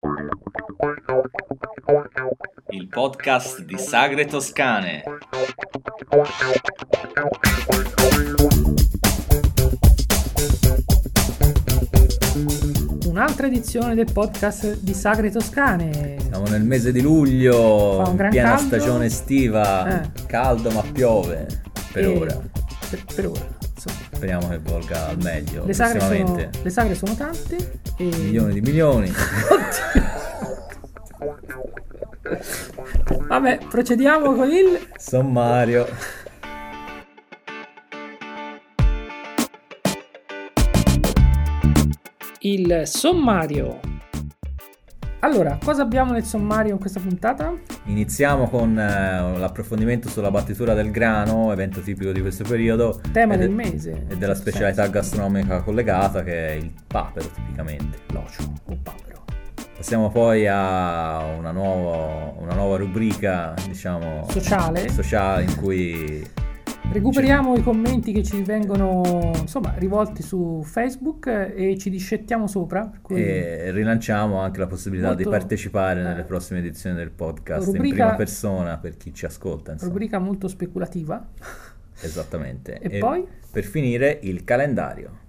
Il podcast di Sagre Toscane. Un'altra edizione del podcast di Sagre Toscane. Siamo nel mese di luglio, Fa un gran piena caldo. stagione estiva, caldo ma piove per ora. Per ora, insomma. Speriamo che volga al meglio Le sagre prossimamente. sono tante e... Milioni di milioni. Vabbè, procediamo con il... Sommario. Il sommario. Allora, cosa abbiamo nel sommario in questa puntata? Iniziamo con l'approfondimento sulla battitura del grano, evento tipico di questo periodo. Tema ed del è- mese. E della specialità gastronomica collegata, che è il papero tipicamente. L'ocio o papero. Passiamo poi a una nuova rubrica, diciamo, Sociale. in cui Recuperiamo i commenti che ci vengono, insomma, rivolti su Facebook e ci discettiamo sopra. Per cui e rilanciamo anche la possibilità di Molto- partecipare nelle prossime edizioni del podcast in rubrica- prima persona per chi ci ascolta, insomma. rubrica molto speculativa. Esattamente. E poi? Per finire il calendario.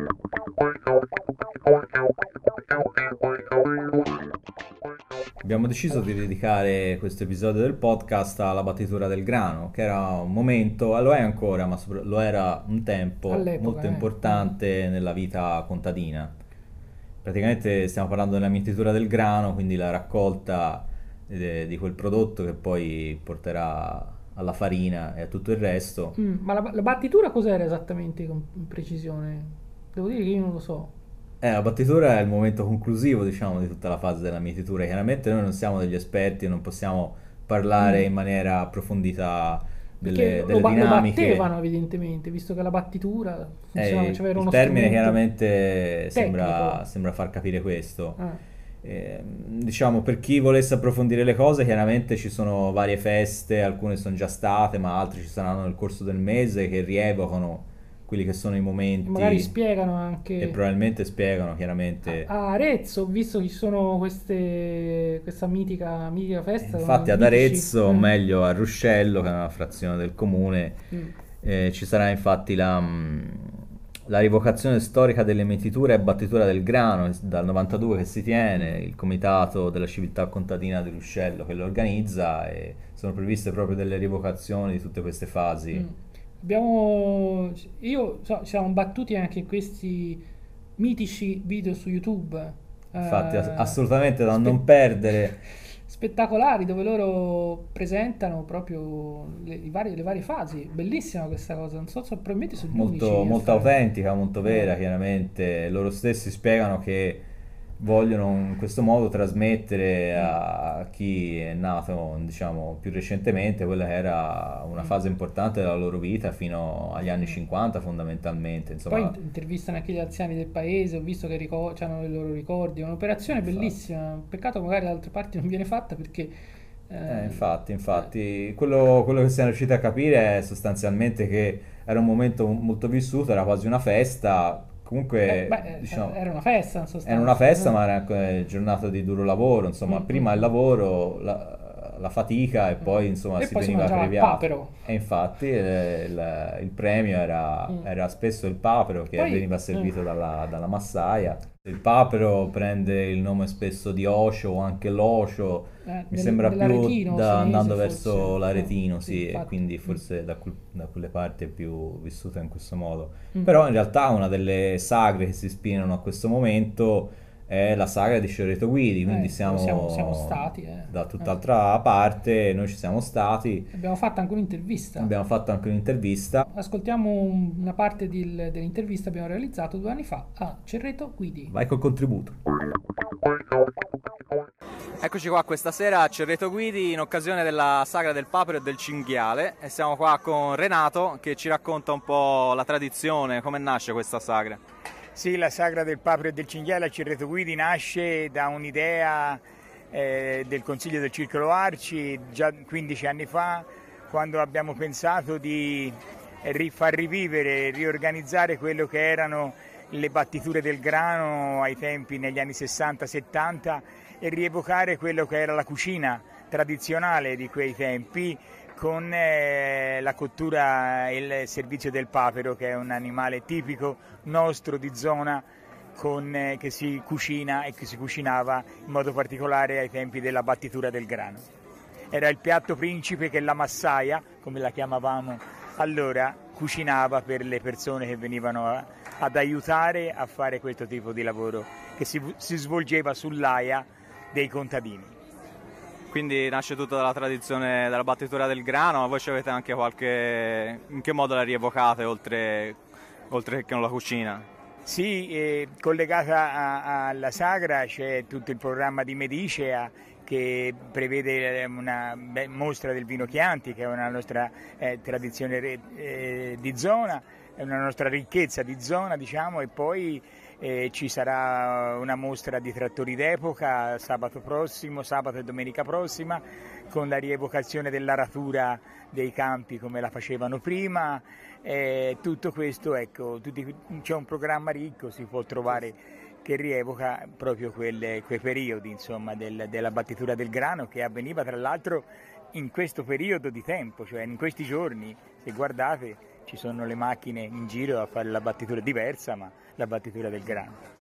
Abbiamo deciso di dedicare questo episodio del podcast alla battitura del grano, che era un momento, lo è ancora, ma lo era un tempo All'epoca, molto importante nella vita contadina. Praticamente stiamo parlando della mietitura del grano, quindi la raccolta di quel prodotto che poi porterà alla farina e a tutto il resto. Ma la battitura cos'era esattamente con precisione? Devo dire che io non lo so. La battitura è il momento conclusivo, diciamo, di tutta la fase della mietitura. Chiaramente noi non siamo degli esperti e non possiamo parlare in maniera approfondita Perché delle lo dinamiche. battevano evidentemente, visto che la battitura funzionava, Il c'era uno termine strumento chiaramente tecnico. sembra far capire questo. Ah. Diciamo, per chi volesse approfondire le cose, chiaramente ci sono varie feste, alcune sono già state, ma altre ci saranno nel corso del mese, che rievocano quelli che sono i momenti Magari spiegano anche e probabilmente spiegano chiaramente. a Arezzo, visto che ci sono questa mitica festa. Infatti ad mitici. Arezzo, o meglio a Ruscello, che è una frazione del comune, ci sarà infatti la rivocazione storica delle mietiture e battitura del grano dal 92 che si tiene, il comitato della civiltà contadina di Ruscello che lo organizza, e sono previste proprio delle rivocazioni di tutte queste fasi. Ci siamo battuti anche in questi mitici video su YouTube. Infatti assolutamente da non perdere. Spettacolari, dove loro presentano proprio le varie fasi. Bellissima questa cosa, non so se probabilmente sono gli unici a Molto fare. autentica, molto vera, chiaramente. Loro stessi spiegano che vogliono in questo modo trasmettere a chi è nato, diciamo, più recentemente quella che era una fase importante della loro vita fino agli anni 50 fondamentalmente, insomma. Poi intervistano anche gli anziani del paese, ho visto che hanno i loro ricordi, è un'operazione bellissima, peccato magari da altre parti non viene fatta perché... Infatti, quello che siamo riusciti a capire è sostanzialmente che era un momento molto vissuto, era quasi una festa. Comunque, diciamo, era una festa in sostanza. era una festa, ma era anche giornata di duro lavoro, insomma, prima il lavoro, la fatica e poi insomma E si poi si veniva mangiava il abbreviato. papero. E infatti il premio era spesso il papero che Poi- veniva servito dalla massaia. Il papero prende il nome spesso di ocio o anche l'ocio, mi sembra più dell'aretino senese, andando forse. verso l'aretino, sì, e infatti. quindi forse da quelle parti è più vissuta in questo modo. Però in realtà una delle sagre che si ispirano a questo momento è la sagra di Cerreto Guidi, quindi siamo stati, da tutt'altra parte, noi ci siamo stati, Abbiamo fatto anche un'intervista. abbiamo fatto anche un'intervista. Ascoltiamo una parte dell'intervista che abbiamo realizzato 2 anni fa a Cerreto Guidi. Vai col contributo. Eccoci qua questa sera a Cerreto Guidi in occasione della sagra del papero e del cinghiale, e siamo qua con Renato che ci racconta un po' la tradizione, come nasce questa sagra. Sì, la sagra del papero e del cinghiale a Cerreto Guidi nasce da un'idea del Consiglio del Circolo Arci già 15 anni fa, quando abbiamo pensato di far rivivere, riorganizzare quello che erano le battiture del grano ai tempi negli anni 60-70, e rievocare quello che era la cucina tradizionale di quei tempi, con la cottura e il servizio del papero, che è un animale tipico nostro di zona, che si cucina e che si cucinava in modo particolare ai tempi della battitura del grano. Era il piatto principe che la massaia, come la chiamavamo allora, cucinava per le persone che venivano ad aiutare a fare questo tipo di lavoro che si svolgeva sull'aia dei contadini. Quindi nasce tutta dalla tradizione della battitura del grano, ma voi ci avete anche qualche... in che modo la rievocate oltre che con la cucina? Sì, collegata alla sagra c'è tutto il programma di Medicea, che prevede una mostra del vino Chianti, che è una nostra tradizione di zona, è una nostra ricchezza di zona, diciamo, e poi ci sarà una mostra di trattori d'epoca sabato e domenica prossima, con la rievocazione dell'aratura dei campi come la facevano prima. Tutto questo, ecco, c'è un programma ricco, si può trovare, che rievoca proprio quei periodi, insomma, della battitura del grano, che avveniva tra l'altro in questo periodo di tempo, cioè in questi giorni. Se guardate, ci sono le macchine in giro a fare la battitura diversa, ma la battitura del grano.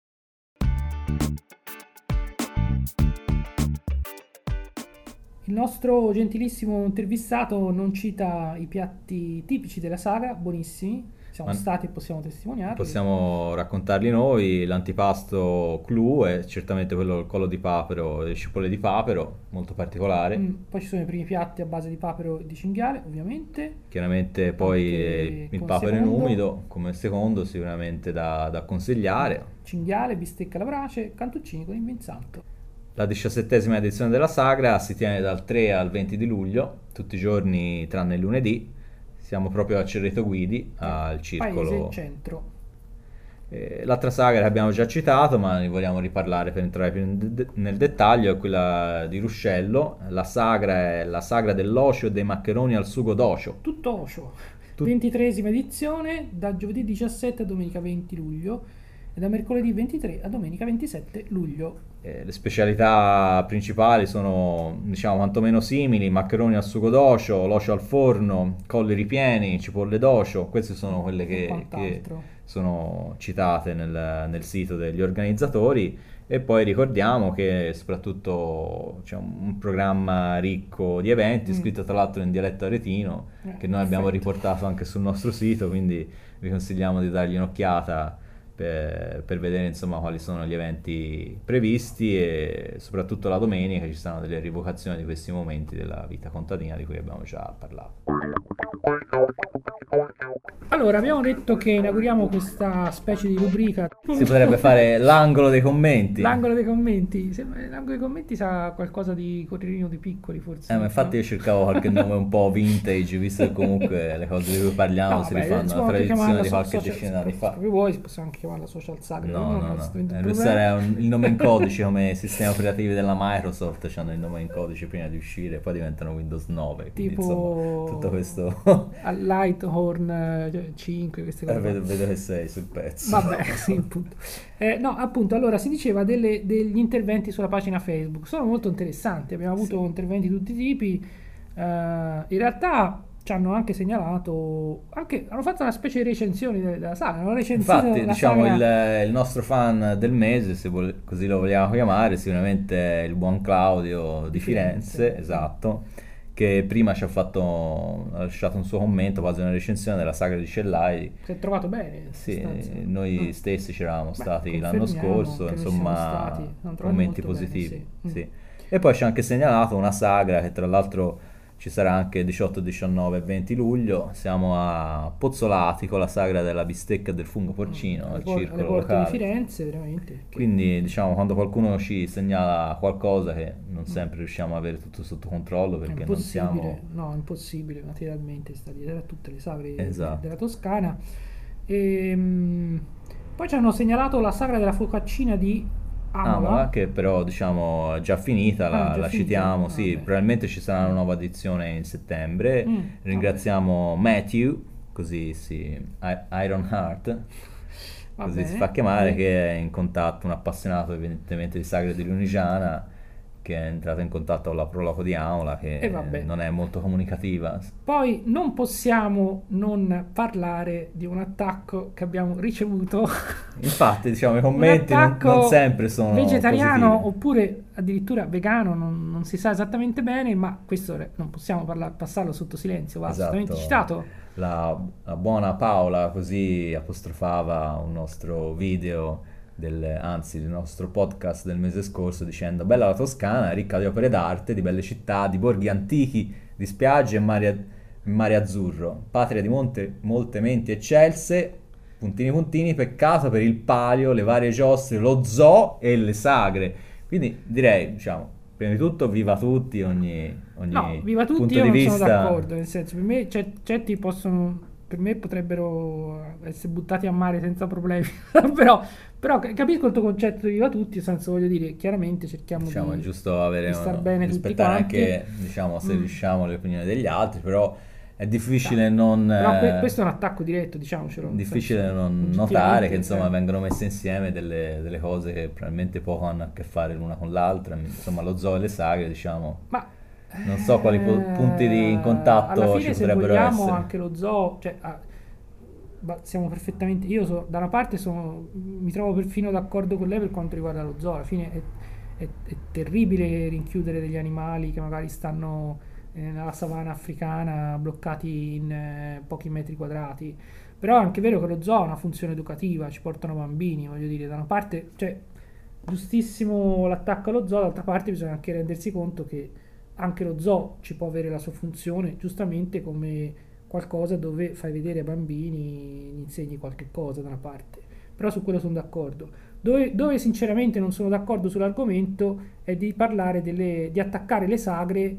Il nostro gentilissimo intervistato non cita i piatti tipici della sagra, buonissimi, siamo stati e possiamo testimoniarli. Possiamo raccontarli noi. L'antipasto clou è certamente quello del collo di papero e le cipolle di papero, molto particolare. Poi ci sono i primi piatti a base di papero e di cinghiale, ovviamente. Chiaramente poi il papero in umido come secondo, sicuramente da consigliare. Cinghiale, bistecca alla brace, cantuccini con il vin santo. La 17ª edizione della sagra si tiene dal 3 al 20 di luglio, tutti i giorni tranne il lunedì. Siamo proprio a Cerreto Guidi, al circolo. Paese centro. L'altra sagra che abbiamo già citato, ma ne vogliamo riparlare per entrare più nel dettaglio, è quella di Ruscello. La sagra è la sagra dell'ocio e dei maccheroni al sugo d'ocio. Tutto ocio. 23ª edizione, da giovedì 17 a domenica 20 luglio e da mercoledì 23 a domenica 27 luglio. Le specialità principali sono, diciamo, quantomeno simili: maccheroni al sugo d'ocio, l'ocio al forno, colli ripieni, cipolle d'ocio. Queste sono quelle che sono citate nel sito degli organizzatori. E poi ricordiamo che soprattutto c'è un programma ricco di eventi, scritto tra l'altro in dialetto aretino, che noi abbiamo riportato anche sul nostro sito, quindi vi consigliamo di dargli un'occhiata per vedere, insomma, quali sono gli eventi previsti, e soprattutto la domenica ci saranno delle rievocazioni di questi momenti della vita contadina di cui abbiamo già parlato. Allora, abbiamo detto che inauguriamo questa specie di rubrica. Si potrebbe fare l'angolo dei commenti. L'angolo dei commenti. L'angolo dei commenti sa qualcosa di Correrino di Piccoli, forse. Ma infatti io cercavo qualche nome un po' vintage, visto che comunque le cose di cui parliamo si rifanno alla tradizione di qualche decina di fa. Se vuoi, possiamo anche chiamarla Social Saga. No. Questo era il nome in codice, come sistema operativi della Microsoft, hanno il nome in codice prima di uscire, poi diventano Windows 9. Quindi, tipo, insomma, tutto questo. Lighthorn 5, queste cose. Vedo che sei sul pezzo. Vabbè, sì, appunto. No, appunto, allora si diceva degli interventi sulla pagina Facebook. Sono molto interessanti, abbiamo avuto interventi di tutti i tipi. In realtà ci hanno anche segnalato, hanno fatto una specie di recensioni della saga. Infatti, diciamo, il nostro fan del mese, se così lo vogliamo chiamare, sicuramente è il buon Claudio di Firenze, esatto, che prima ha lasciato un suo commento, quasi una recensione della sagra di Cellai. Si è trovato bene? Sì, noi stessi ci eravamo stati l'anno scorso, insomma, commenti positivi. Bene, sì. E poi ci ha anche segnalato una sagra che tra l'altro ci sarà anche 18, 19 e 20 luglio. Siamo a Pozzolati con la sagra della bistecca e del fungo porcino al circolo locale di Firenze, veramente. Quindi, diciamo, quando qualcuno ci segnala qualcosa, che non sempre riusciamo a avere tutto sotto controllo, perché non siamo... No, è impossibile, materialmente sta dietro a tutte le sagre esatto. della Toscana. Poi ci hanno segnalato la sagra della focaccina di Amola, che però, diciamo, è già finita, la citiamo, sì, vabbè. Probabilmente ci sarà una nuova edizione in settembre. Ringraziamo Matthew, così Ironheart, così si fa chiamare, che è in contatto, un appassionato evidentemente di sagre di Lunigiana, che è entrata in contatto con la Proloco di Aula, che non è molto comunicativa. Poi non possiamo non parlare di un attacco che abbiamo ricevuto. Infatti, diciamo, i commenti non sempre sono vegetariano positivi. Oppure addirittura vegano, non si sa esattamente bene, ma questo non possiamo passarlo sotto silenzio, va assolutamente citato. La buona Paola così apostrofava un nostro video anzi il nostro podcast del mese scorso, dicendo: bella la Toscana, ricca di opere d'arte, di belle città, di borghi antichi, di spiagge e mare azzurro, patria di molte menti eccelse, puntini puntini, peccato per il palio, le varie giostre, lo zoo e le sagre. Quindi direi, diciamo, prima di tutto viva tutti, ogni viva tutti, punto io di non vista. sono d'accordo, nel senso, per me certi per me potrebbero essere buttati a mare senza problemi. però capisco il tuo concetto di viva tutti, nel senso, voglio dire, chiaramente cerchiamo è giusto di star bene tutti rispettare quanti. Anche, diciamo, se riusciamo, le opinioni degli altri, però è difficile non... Però questo è un attacco diretto, diciamocelo. Difficile non notare che, insomma, vengono messe insieme delle cose che probabilmente poco hanno a che fare l'una con l'altra. Insomma, lo zoo e le sagre, diciamo... Ma non so quali punti di contatto alla fine, ci potrebbero se vogliamo, essere. anche lo zoo, cioè, siamo perfettamente... Io da una parte mi trovo perfino d'accordo con lei per quanto riguarda lo zoo. Alla fine è terribile rinchiudere degli animali che magari stanno nella savana africana bloccati in pochi metri quadrati. Però è anche vero che lo zoo ha una funzione educativa, ci portano bambini, voglio dire, da una parte, cioè, giustissimo l'attacco allo zoo, dall'altra parte bisogna anche rendersi conto che anche lo zoo ci può avere la sua funzione, giustamente, come qualcosa dove fai vedere ai bambini, gli insegni qualche cosa da una parte. Però su quello sono d'accordo. Dove sinceramente non sono d'accordo sull'argomento è di parlare di attaccare le sagre.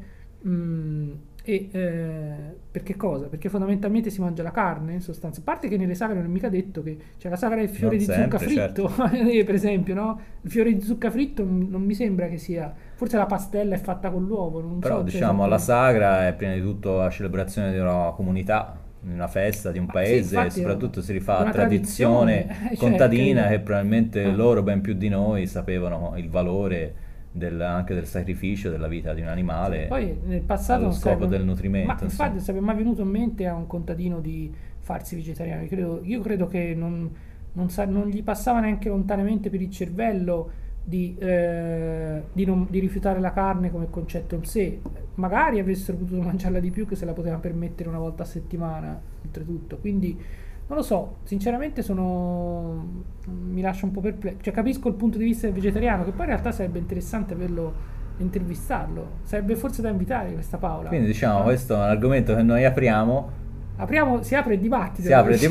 Per che cosa? Perché fondamentalmente si mangia la carne, in sostanza. A parte che nelle sagre non è mica detto che c'è la sagra del fiore Non di sempre, zucca fritto, certo. Per esempio, no? Il fiore di zucca fritto non mi sembra che sia, forse la pastella è fatta con l'uovo, non però so, diciamo la sagra è prima di tutto la celebrazione di una comunità, di una festa, di un paese, infatti, e soprattutto si rifà a tradizione contadina, certo, che probabilmente loro ben più di noi sapevano il valore anche del sacrificio della vita di un animale. Poi nel passato allo scopo del nutrimento. Ma infatti non sarebbe mai venuto in mente a un contadino di farsi vegetariano. Io credo che non gli passava neanche lontanamente per il cervello di rifiutare la carne come concetto in sé. Magari avessero potuto mangiarla di più, che se la poteva permettere una volta a settimana, oltretutto. Quindi non lo so, sinceramente mi lascia un po' perplesso. Cioè, capisco il punto di vista del vegetariano, che poi in realtà sarebbe interessante intervistarlo. Sarebbe forse da invitare questa Paola. Quindi diciamo, questo è un argomento che noi apriamo, si apre il dibattito.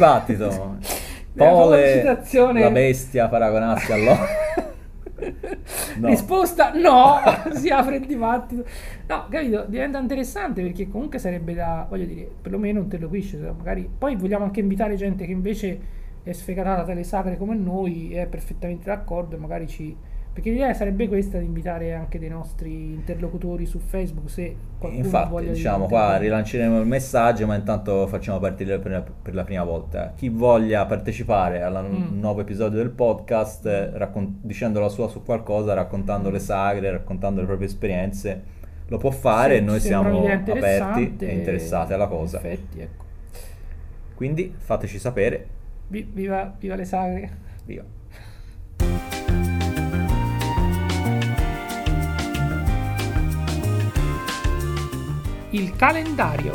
Pole, la bestia paragonarsi all'uomo. No. Risposta no, si apre il dibattito. No, capito, diventa interessante, perché comunque sarebbe voglio dire, perlomeno interloquisce, magari. Poi vogliamo anche invitare gente che invece è sfegatata dalle sagre come noi, è perfettamente d'accordo, e magari perché l'idea sarebbe questa, di invitare anche dei nostri interlocutori su Facebook, se qualcuno infatti, voglia. diciamo, qua rilanceremo il messaggio, ma intanto facciamo partire per la prima volta chi voglia partecipare al nuovo episodio del podcast, dicendo la sua su qualcosa, raccontando le sagre, raccontando le proprie esperienze, lo può fare, e noi siamo aperti e interessati alla cosa. Effetti, ecco. Quindi fateci sapere. Viva le sagre. Viva. Il calendario.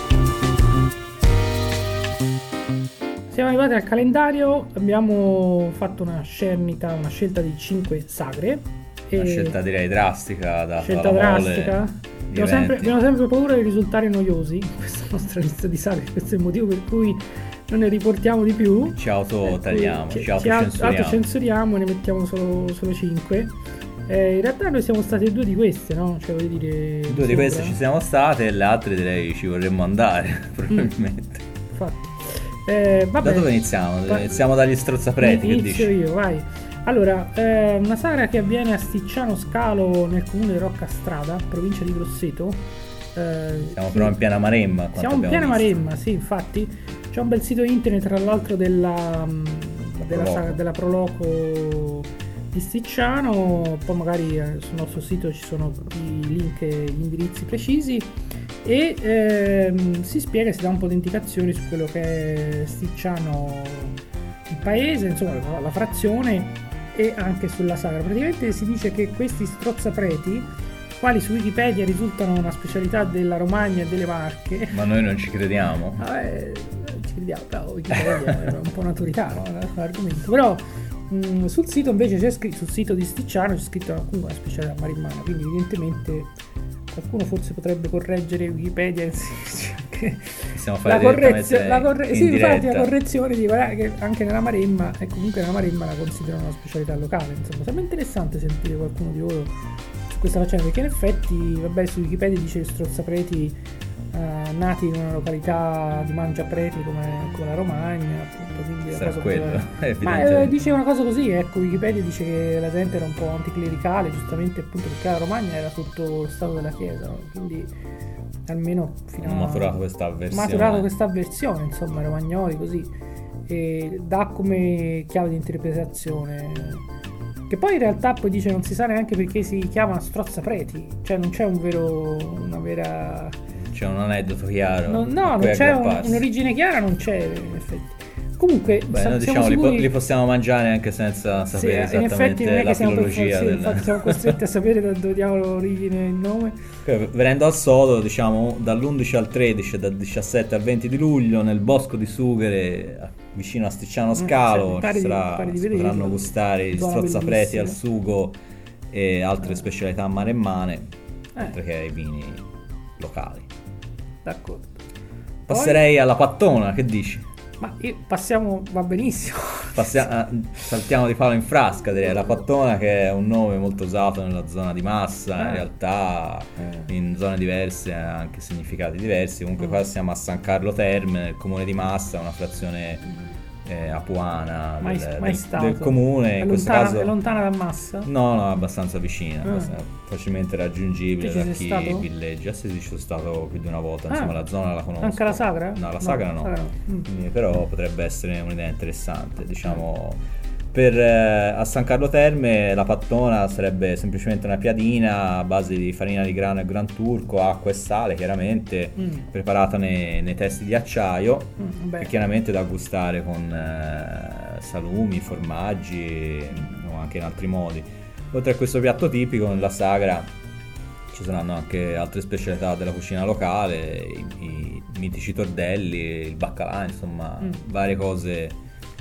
Siamo arrivati al calendario, abbiamo fatto una scelta di 5 sagre. Una scelta direi drastica. Scelta drastica. Abbiamo sempre paura di risultare noiosi in questa nostra lista di sagre, questo è il motivo per cui non ne riportiamo di più. Ci autotagliamo, ci autocensuriamo e ne mettiamo solo 5. In realtà noi siamo stati 2 di queste, no? Cioè, voglio dire, 2 di queste ci siamo state, e le altre direi ci vorremmo andare, probabilmente. Infatti. Da dove iniziamo? Iniziamo dagli strozzapreti, che dici? Inizio io, vai. Allora, una sagra che avviene a Sticciano Scalo, nel comune di Roccastrada, provincia di Grosseto. Siamo però in piena Maremma. Siamo in piena Maremma, sì, infatti. C'è un bel sito internet, tra l'altro, della Proloco di Sticciano. Poi magari sul nostro sito ci sono i link e gli indirizzi precisi, e si spiega, si dà un po' di indicazioni su quello che è Sticciano, il paese, insomma la frazione, e anche sulla sagra. Praticamente si dice che questi strozzapreti, quali su Wikipedia risultano una specialità della Romagna e delle Marche. Ma noi non ci crediamo. Ci crediamo, però Wikipedia è un po' un'autorità, no? L'argomento. Però sul sito invece c'è scritto, sul sito di Sticciano c'è scritto comunque una specialità marimmana, quindi evidentemente qualcuno forse potrebbe correggere Wikipedia. Possiamo fare sì, infatti la correzione di guarda che anche nella Maremma, e comunque nella Maremma la considerano una specialità locale. Insomma, sembra interessante sentire qualcuno di loro su questa faccenda, perché in effetti, vabbè, su Wikipedia dice che strozzapreti nati in una località di mangiapreti come la Romagna, appunto, quindi la cosa ma dice una cosa così, ecco. Wikipedia dice che la gente era un po' anticlericale, giustamente, appunto perché la Romagna era sotto lo stato della Chiesa, no? Quindi almeno fino hanno maturato questa avversione, insomma, i romagnoli così, e dà come chiave di interpretazione, che poi in realtà poi dice non si sa neanche perché si chiama strozzapreti, cioè non c'è una vera, c'è un aneddoto chiaro, non c'è un'origine chiara, non c'è in effetti. Comunque noi diciamo li possiamo mangiare anche senza sapere esattamente la filologia infatti siamo costretti a sapere da dove diamo l'origine, il nome. Venendo al sodo, diciamo dall'11 al 13 e dal 17 al 20 di luglio nel bosco di Sughere, vicino a Sticciano Scalo, si potranno gustare gli strozzapreti al sugo e altre specialità maremmane, oltre che ai vini locali. D'accordo. Passerei alla pattona, che dici? Ma passiamo, va benissimo. Saltiamo di palo in frasca, direi. La pattona, che è un nome molto usato nella zona di Massa, in realtà in zone diverse ha anche significati diversi. Comunque qua siamo a San Carlo Terme, nel comune di Massa, una frazione apuana del comune. In questo caso è lontana da Massa? No, abbastanza vicina, facilmente raggiungibile da chi villeggia. Sì, ci sono stato più di una volta, insomma la zona la conosco. Anche la sagra? No, la sagra no. Però potrebbe essere un'idea interessante, diciamo. A San Carlo Terme la pattona sarebbe semplicemente una piadina a base di farina di grano e gran turco, acqua e sale, chiaramente preparata nei testi di acciaio, e chiaramente da gustare con salumi, formaggi o anche in altri modi. Oltre a questo piatto tipico, nella sagra ci saranno anche altre specialità della cucina locale, i mitici tordelli, il baccalà, insomma varie cose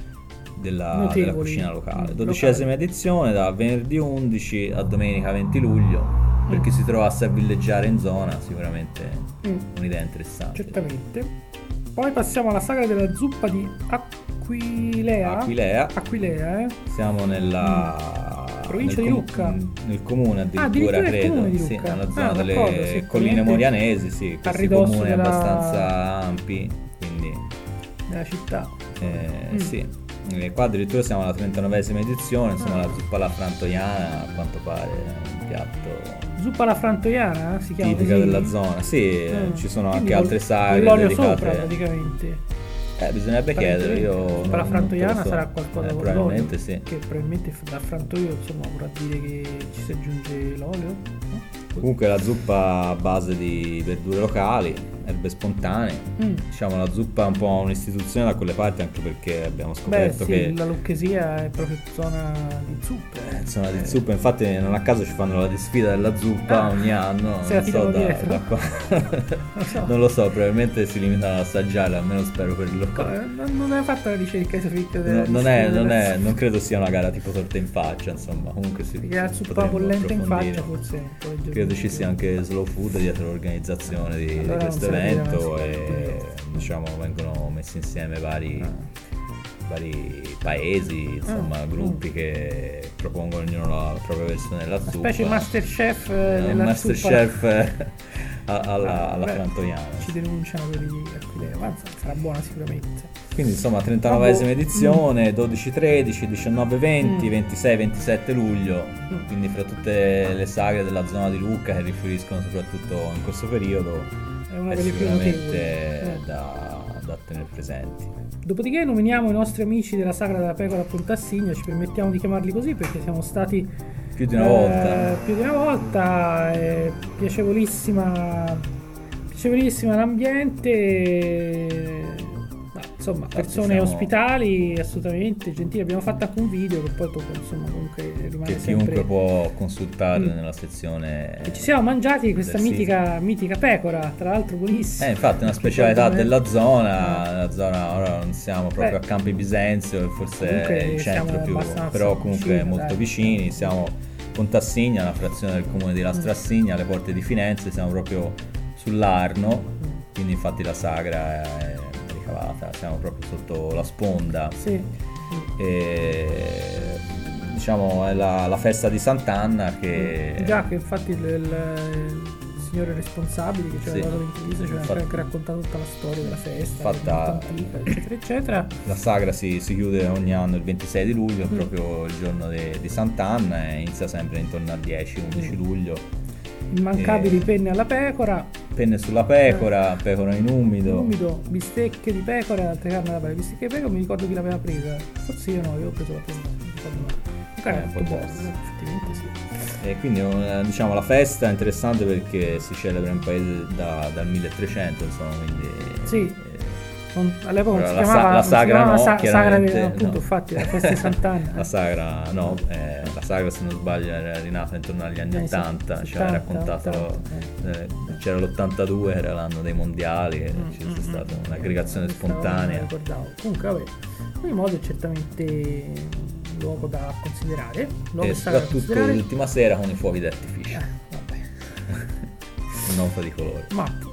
della cucina locale. 12ª edizione, da venerdì 11 a domenica 20 luglio. Per chi si trovasse a villeggiare in zona, sicuramente un'idea interessante. Certamente. Poi passiamo alla sagra della zuppa di Aquilea. Siamo nella provincia di Lucca, nel comune addirittura credo, nella zona delle colline morianesi, sì, questi comuni abbastanza ampi, quindi della città. Sì. Qua addirittura siamo alla 39ª edizione, insomma la zuppa alla frantoiana, a quanto pare è un piatto zuppa alla frantoiana, si chiama tipica così? Della zona, sì. Ci sono quindi anche altre sagre l'olio dedicate sopra praticamente. Bisognerebbe chiedere, io zuppa alla frantoiana sarà qualcosa con probabilmente l'olio, sì, che probabilmente dal frantoio, insomma, vorrà dire che ci si aggiunge l'olio, no? Comunque la zuppa a base di verdure locali, erbe spontanee, diciamo la zuppa è un po' un'istituzione da quelle parti, anche perché abbiamo scoperto che la Lucchesia è proprio zona di zuppe. Zona di zuppe, infatti non a caso ci fanno la disfida della zuppa ogni anno, non so da qua. Non lo so, probabilmente si limitano ad assaggiare, almeno spero per loro. Non hai fatto la ricerca esauriente non credo sia una gara tipo torta in faccia, insomma, comunque sì. Perché la zuppa bollente in faccia forse un po' credo ci sia anche Slow Food dietro l'organizzazione di questo evento, e diciamo vengono messi insieme vari paesi, insomma gruppi che propongono ognuno la propria versione della zuppa, specie Masterchef alla frantoiana. Ci denunciano quelli di Aquilea, ma sarà buona sicuramente. Quindi insomma 39ª edizione, 12-13, 19-20, 26-27 luglio, quindi fra tutte le sagre della zona di Lucca che riferiscono soprattutto in questo periodo è una è delle più sicuramente notevoli. da tenere presenti. Dopodiché nominiamo i nostri amici della Sagra della Pecora a Pontassigna, ci permettiamo di chiamarli così perché siamo stati Più di una volta. Più di una volta, piacevolissima l'ambiente, insomma, persone ospitali, assolutamente gentili. Abbiamo fatto anche un video che poi dopo, insomma, comunque rimane Che sempre... chiunque può consultare nella sezione. E ci siamo mangiati questa del mitica pecora, tra l'altro buonissima. Infatti una specialità della zona. La zona, ora non siamo proprio a Campi Bisenzio, forse è il centro più, però comunque vicini, molto vicini. Siamo Pontassigna, una frazione del comune di Lastrassigna, alle porte di Firenze, siamo proprio sull'Arno, quindi infatti la sagra è ricavata, siamo proprio sotto la sponda. Sì. E, diciamo, è la festa di Sant'Anna che... Già che infatti il signore responsabile che c'era dato l'intervista ci aveva anche raccontato tutta la storia della festa, fatta, antica, eccetera eccetera. La sagra si chiude ogni anno il 26 di luglio, proprio il giorno di Sant'Anna, e inizia sempre intorno al 10-11 luglio. Immancabili penne alla pecora, penne sulla pecora, pecora in umido, bistecche di pecora e altre carni da pecora. Bistecche di pecora mi ricordo chi l'aveva presa, forse io no, avevo preso la prima, non ricordo mai. Molto buono, effettivamente sì. E quindi diciamo la festa è interessante perché si celebra in paese dal 1300, insomma, quindi sì. All'epoca non si la chiamava la sagra no, sagra appunto, no. Infatti la festa di Sant'Anna. La sagra no, la sagra se non sbaglio era rinata intorno agli anni 80, ci aveva raccontato, c'era l'82, era l'anno dei mondiali, c'è stata un'aggregazione spontanea. Comunque vabbè, in ogni modo è certamente un luogo da considerare, e soprattutto l'ultima sera con i fuochi d'artificio. Nota di colore. Matto.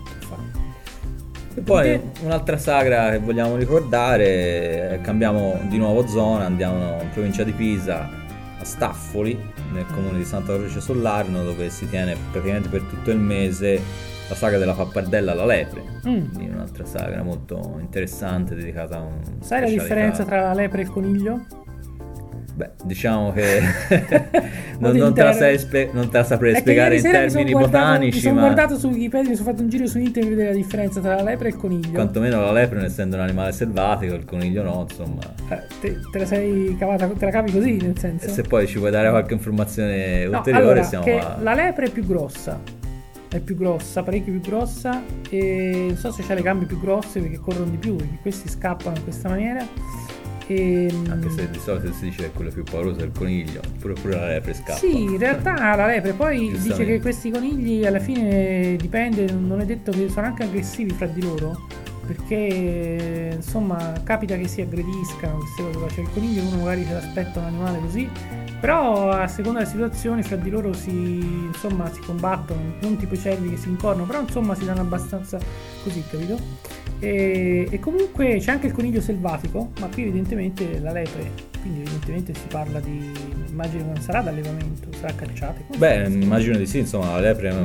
E poi un'altra sagra che vogliamo ricordare, cambiamo di nuovo zona, andiamo in provincia di Pisa, a Staffoli, nel comune di Santa Croce Sollarno, dove si tiene praticamente per tutto il mese la sagra della pappardella alla lepre. Quindi un'altra sagra molto interessante dedicata a un... Sai la differenza tra la lepre e il coniglio? Beh, diciamo che non te la saprei spiegare in termini botanici. Mi sono guardato su Wikipedia, mi sono fatto un giro su internet per vedere la differenza tra la lepre e il coniglio. Quantomeno la lepre, essendo un animale selvatico, il coniglio no, insomma. Te la sei cavata, te la cavi così, nel senso. E se poi ci vuoi dare qualche informazione ulteriore, allora, siamo la lepre è più grossa, parecchio più grossa, e non so se c'ha le gambe più grosse perché corrono di più, perché questi scappano in questa maniera. Anche se di solito si dice che quello più pauroso è il coniglio, pure la lepre scappa. Sì, in realtà la lepre poi dice che questi conigli alla fine dipende, non è detto che sono anche aggressivi fra di loro, perché insomma capita che si aggrediscano queste cose qua. Cioè il coniglio uno magari se l'aspetta un animale così, però a seconda delle situazioni fra di loro si combattono, non tipo i cervi che si incornano, però insomma si danno abbastanza così, capito? E comunque c'è anche il coniglio selvatico, ma qui evidentemente la lepre, quindi evidentemente si parla di, immagino che non sarà d'allevamento, sarà cacciate. Beh, immagino di sì, insomma la lepre è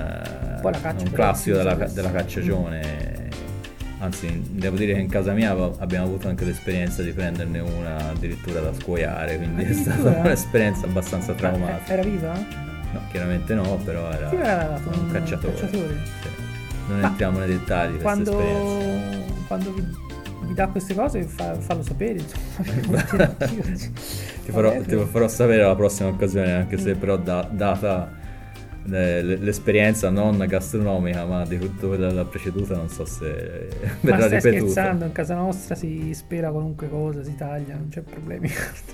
un classico della cacciagione. Anzi, devo dire che in casa mia abbiamo avuto anche l'esperienza di prenderne una addirittura da scuoiare, quindi è stata un'esperienza abbastanza traumatica. Era viva? No, chiaramente no, però era un cacciatore. Sì. Non entriamo nei dettagli di questa esperienza. Quando vi dà queste cose fallo sapere, insomma. Ti farò sapere alla prossima occasione, anche se però data l'esperienza non gastronomica ma di tutto quella della preceduta non so se verrà ripetuta. Ma stai scherzando, in casa nostra si spera qualunque cosa, si taglia, non c'è problemi.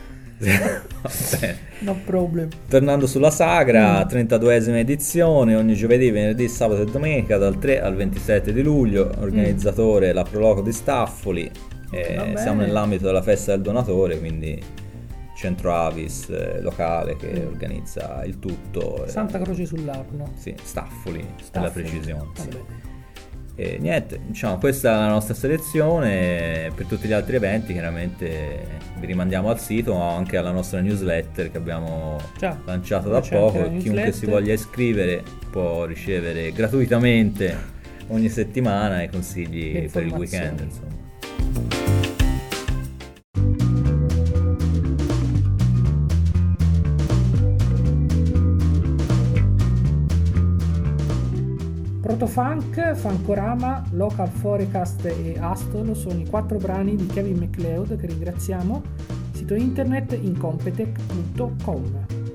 No problem. Tornando sulla sagra, 32esima edizione, ogni giovedì, venerdì, sabato e domenica dal 3 al 27 di luglio, organizzatore la Proloco di Staffoli, siamo nell'ambito della festa del donatore, quindi centro Avis locale che organizza il tutto. Santa Croce sull'Arno. Sì, Staffoli. Per la precisione. Sì. E niente, diciamo, questa è la nostra selezione. Per tutti gli altri eventi chiaramente vi rimandiamo al sito, ma anche alla nostra newsletter che abbiamo lanciato da poco. Chiunque si voglia iscrivere può ricevere gratuitamente ogni settimana i consigli per il weekend, insomma. Protofunk, Funkorama, Local Forecast e Astolo sono i 4 brani di Kevin MacLeod che ringraziamo. Sito internet incompetech.com.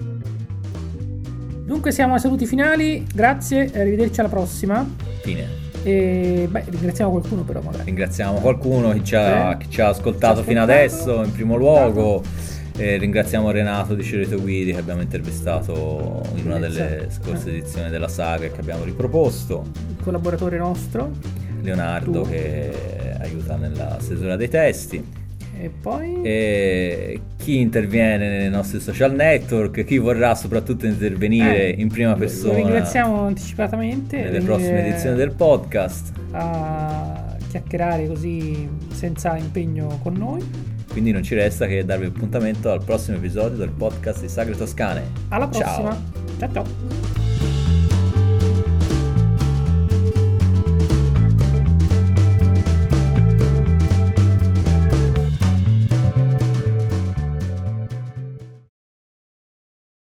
Dunque siamo ai saluti finali, grazie e arrivederci alla prossima. Fine. E ringraziamo qualcuno però magari. Ringraziamo qualcuno chi ci ha ascoltato fino adesso in primo luogo. Ringraziamo Renato di Cerreto Guidi che abbiamo intervistato in una delle scorse edizioni della saga che abbiamo riproposto. Il collaboratore nostro Leonardo che aiuta nella stesura dei testi. E poi chi interviene nei nostri social network, chi vorrà soprattutto intervenire in prima persona, lo ringraziamo anticipatamente nelle prossime edizioni del podcast, a chiacchierare così senza impegno con noi. Quindi non ci resta che darvi appuntamento al prossimo episodio del podcast di Sagre Toscane. Alla prossima, ciao ciao.